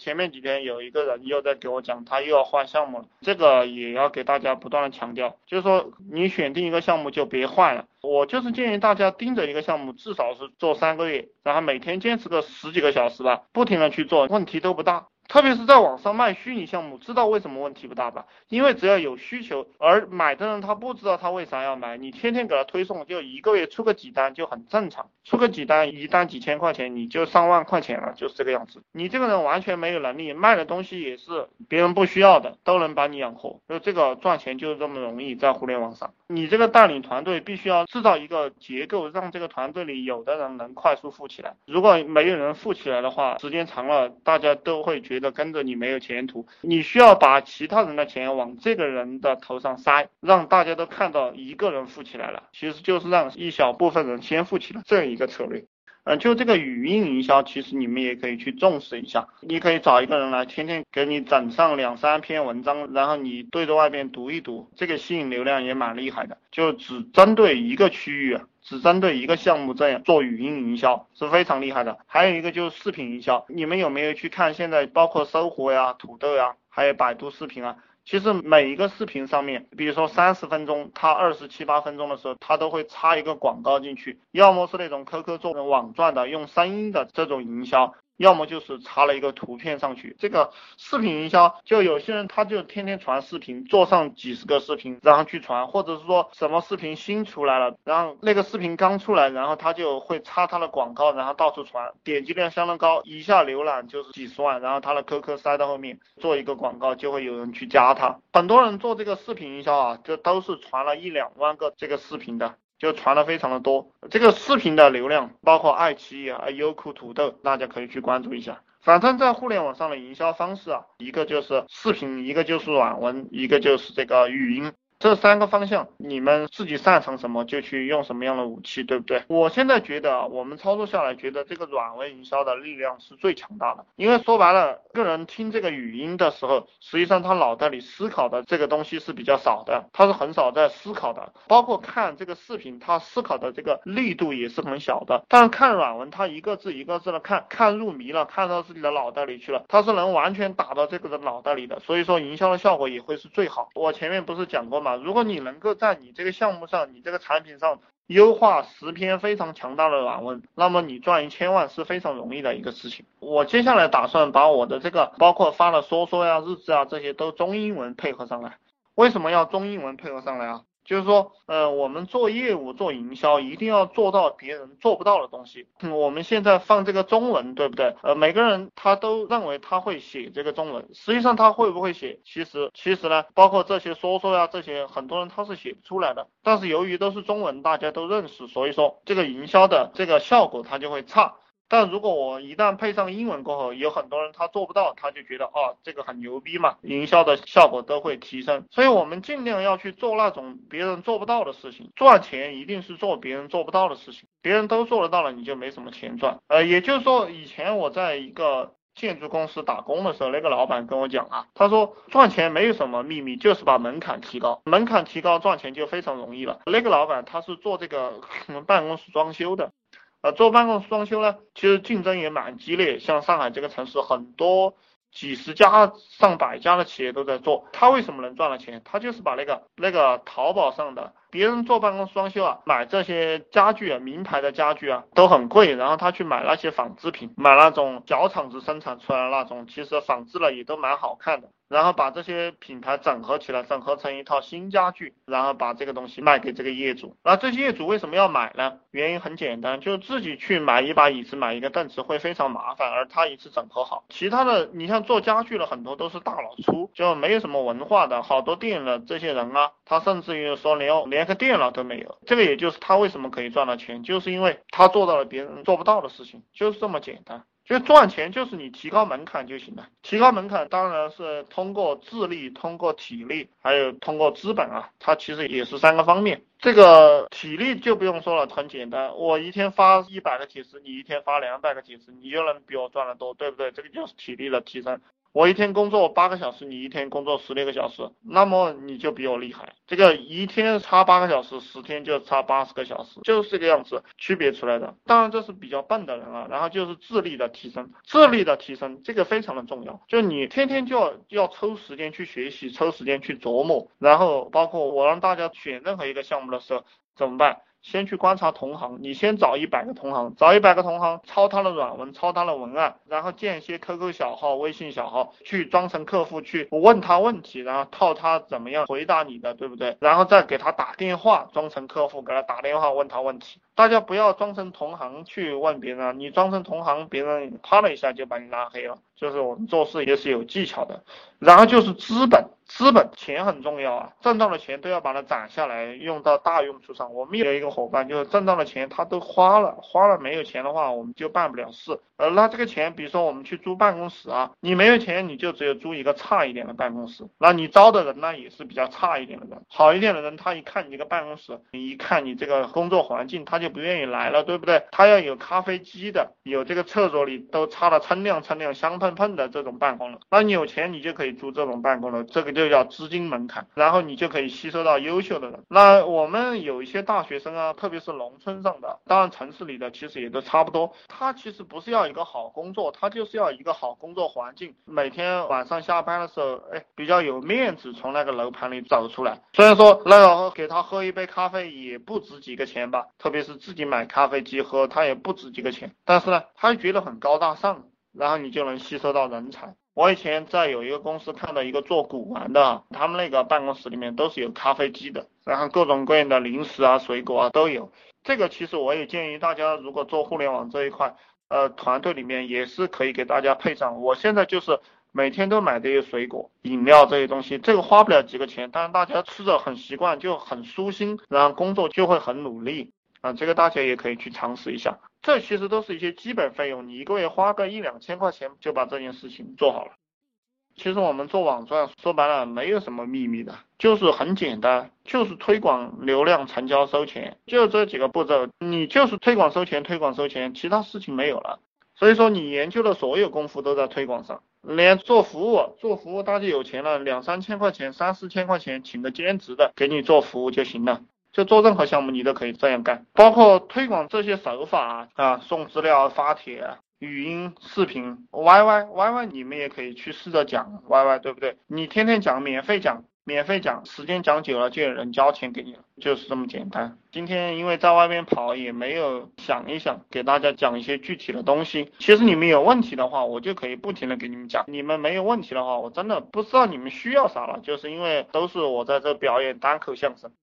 前面几天有一个人又在给我讲，他又要换项目了，这个也要给大家不断的强调，就是说你选定一个项目就别换了。我就是建议大家盯着一个项目，至少是做3个月，然后每天坚持个10几个小时吧，不停的去做，问题都不大。特别是在网上卖虚拟项目，知道为什么问题不大吧？因为只要有需求，而买的人他不知道他为啥要买，你天天给他推送，就1个月出个几单就很正常，出个几单，一单几千块钱，你就上万块钱了，就是这个样子。你这个人完全没有能力，卖的东西也是别人不需要的，都能把你养活，就这个赚钱就是这么容易，在互联网上，你这个带领团队必须要制造一个结构，让这个团队里有的人能快速富起来。如果没有人富起来的话，时间长了，大家都会觉得跟着你没有前途。你需要把其他人的钱往这个人的头上塞，让大家都看到一个人富起来了，其实就是让一小部分人先富起来，这样一个策略。就这个语音营销，其实你们也可以去重视一下。你可以找一个人来，天天给你整上2、3篇文章，然后你对着外边读一读，这个吸引流量也蛮厉害的。就只针对一个区域，只针对一个项目，这样做语音营销是非常厉害的。还有一个就是视频营销，你们有没有去看现在包括搜狐呀、土豆呀，还有百度视频啊？其实每一个视频上面，比如说30分钟，它27、8分钟的时候，它都会插一个广告进去，要么是那种 QQ 做网赚的，用声音的这种营销，要么就是插了一个图片上去。这个视频营销，就有些人他就天天传视频，做上几十个视频，然后去传，或者是说什么视频新出来了，然后那个视频刚出来，然后他就会插他的广告，然后到处传，点击量相当高，一下浏览就是几十万，然后他的 QQ 塞到后面，做一个广告就会有人去加他。很多人做这个视频营销啊，就都是传了1、2万个这个视频的，就传的非常的多。这个视频的流量，包括爱奇艺啊、优酷、土豆，大家可以去关注一下。反正在互联网上的营销方式啊，一个就是视频，一个就是软文，一个就是这个语音。这3个方向，你们自己擅长什么就去用什么样的武器，对不对？我现在觉得我们操作下来，觉得这个软文营销的力量是最强大的。因为说白了，个人听这个语音的时候，实际上他脑袋里思考的这个东西是比较少的，他是很少在思考的。包括看这个视频，他思考的这个力度也是很小的。但是看软文，他一个字一个字的看入迷了，看到自己的脑袋里去了，他是能完全打到这个人脑袋里的。所以说营销的效果也会是最好。我前面不是讲过吗？如果你能够在你这个项目上，你这个产品上优化10篇非常强大的软文，那么你赚1000万是非常容易的一个事情。我接下来打算把我的这个包括发的说说呀、日志啊这些都中英文配合上来。为什么要中英文配合上来啊？就是说，我们做业务、做营销，一定要做到别人做不到的东西。我们现在放这个中文，对不对？每个人他都认为他会写这个中文，实际上他会不会写？其实呢，包括这些说说呀，这些很多人他是写不出来的。但是由于都是中文，大家都认识，所以说这个营销的这个效果它就会差。但如果我一旦配上英文过后，有很多人他做不到，他就觉得这个很牛逼嘛，营销的效果都会提升。所以我们尽量要去做那种别人做不到的事情，赚钱一定是做别人做不到的事情，别人都做得到了，你就没什么钱赚。也就是说，以前我在一个建筑公司打工的时候，那个老板跟我讲啊，他说赚钱没有什么秘密，就是把门槛提高，门槛提高赚钱就非常容易了。那个老板他是做这个办公室装修的。做办公室装修呢，其实竞争也蛮激烈，像上海这个城市很多几十家、上百家的企业都在做。他为什么能赚了钱？他就是把那个淘宝上的别人做办公室装修啊，买这些家具啊，名牌的家具啊都很贵，然后他去买那些仿制品，买那种小厂子生产出来的那种，其实仿制了也都蛮好看的。然后把这些品牌整合起来，整合成一套新家具，然后把这个东西卖给这个业主。那这些业主为什么要买呢？原因很简单，就自己去买一把椅子、买一个凳子会非常麻烦，而他一次整合好。其他的，你像做家具的很多都是大老粗，就没有什么文化的，好多店的这些人啊，他甚至于说连个电脑都没有。这个也就是他为什么可以赚到钱，就是因为他做到了别人做不到的事情，就是这么简单。就赚钱就是你提高门槛就行了，提高门槛当然是通过智力、通过体力，还有通过资本啊，它其实也是3个方面。这个体力就不用说了，很简单，我一天发100个帖子，你一天发200个帖子，你就能比我赚得多，对不对？这个就是体力的提升。 我一天工作8个小时，你一天工作16个小时，那么你就比我厉害。这个一天差8个小时，10天就差80个小时，就是这个样子区别出来的。当然这是比较笨的人啊，然后就是智力的提升，智力的提升这个非常的重要，就你天天就要抽时间去学习，抽时间去琢磨，然后包括我让大家选任何一个项目的时候怎么办？先去观察同行，你先找100个同行，找100个同行，抄他的软文，抄他的文案，然后建一些 QQ 小号、微信小号，去装成客户，去问他问题，然后套他怎么样回答你的，对不对？然后再给他打电话，装成客户，给他打电话问他问题。大家不要装成同行去问别人，你装成同行，别人啪的一下就把你拉黑了。就是我们做事也是有技巧的。然后就是资本，钱很重要啊，挣到的钱都要把它攒下来，用到大用处上。我们有一个伙伴，就是挣到的钱他都花了没有钱的话，我们就办不了事。那这个钱，比如说我们去租办公室啊，你没有钱，你就只有租一个差一点的办公室，那你招的人呢也是比较差一点的人，好一点的人，他一看你这个办公室，你一看你这个工作环境，他就不愿意来了，对不对？他要有咖啡机的，有这个厕所里都擦了锃亮香喷喷的这种办公了，那你有钱你就可以租这种办公了，这个就叫资金门槛，然后你就可以吸收到优秀的人。那我们有一些大学生啊，特别是农村上的，当然城市里的其实也都差不多，他其实不是要一个好工作，他就是要一个好工作环境，每天晚上下班的时候，比较有面子从那个楼盘里走出来。虽然说那个给他喝一杯咖啡也不值几个钱吧，特别是自己买咖啡机喝，他也不值几个钱，但是呢，他觉得很高大上，然后你就能吸收到人才。我以前在有一个公司看到一个做古玩的，他们那个办公室里面都是有咖啡机的，然后各种各样的零食啊、水果啊都有。这个其实我也建议大家，如果做互联网这一块，团队里面也是可以给大家配上。我现在就是每天都买这些水果、饮料这些东西，这个花不了几个钱，但是大家吃着很习惯，就很舒心，然后工作就会很努力。这个大家也可以去尝试一下。这其实都是一些基本费用，你一个月花个1-2千块钱就把这件事情做好了。其实我们做网赚说白了没有什么秘密的，就是很简单，就是推广、流量、成交、收钱，就这几个步骤。你就是推广收钱，其他事情没有了。所以说你研究的所有功夫都在推广上，连做服务大家有钱了，2-3千块钱、3-4千块钱请个兼职的给你做服务就行了。就做任何项目你都可以这样干，包括推广这些手法送资料、发帖、语音、视频、YY 你们也可以去试着讲 YY， 对不对？你天天讲，免费讲，时间讲久了就有人交钱给你了，就是这么简单。今天因为在外面跑，也没有想一想给大家讲一些具体的东西。其实你们有问题的话，我就可以不停的给你们讲；你们没有问题的话，我真的不知道你们需要啥了，就是因为都是我在这表演单口相声。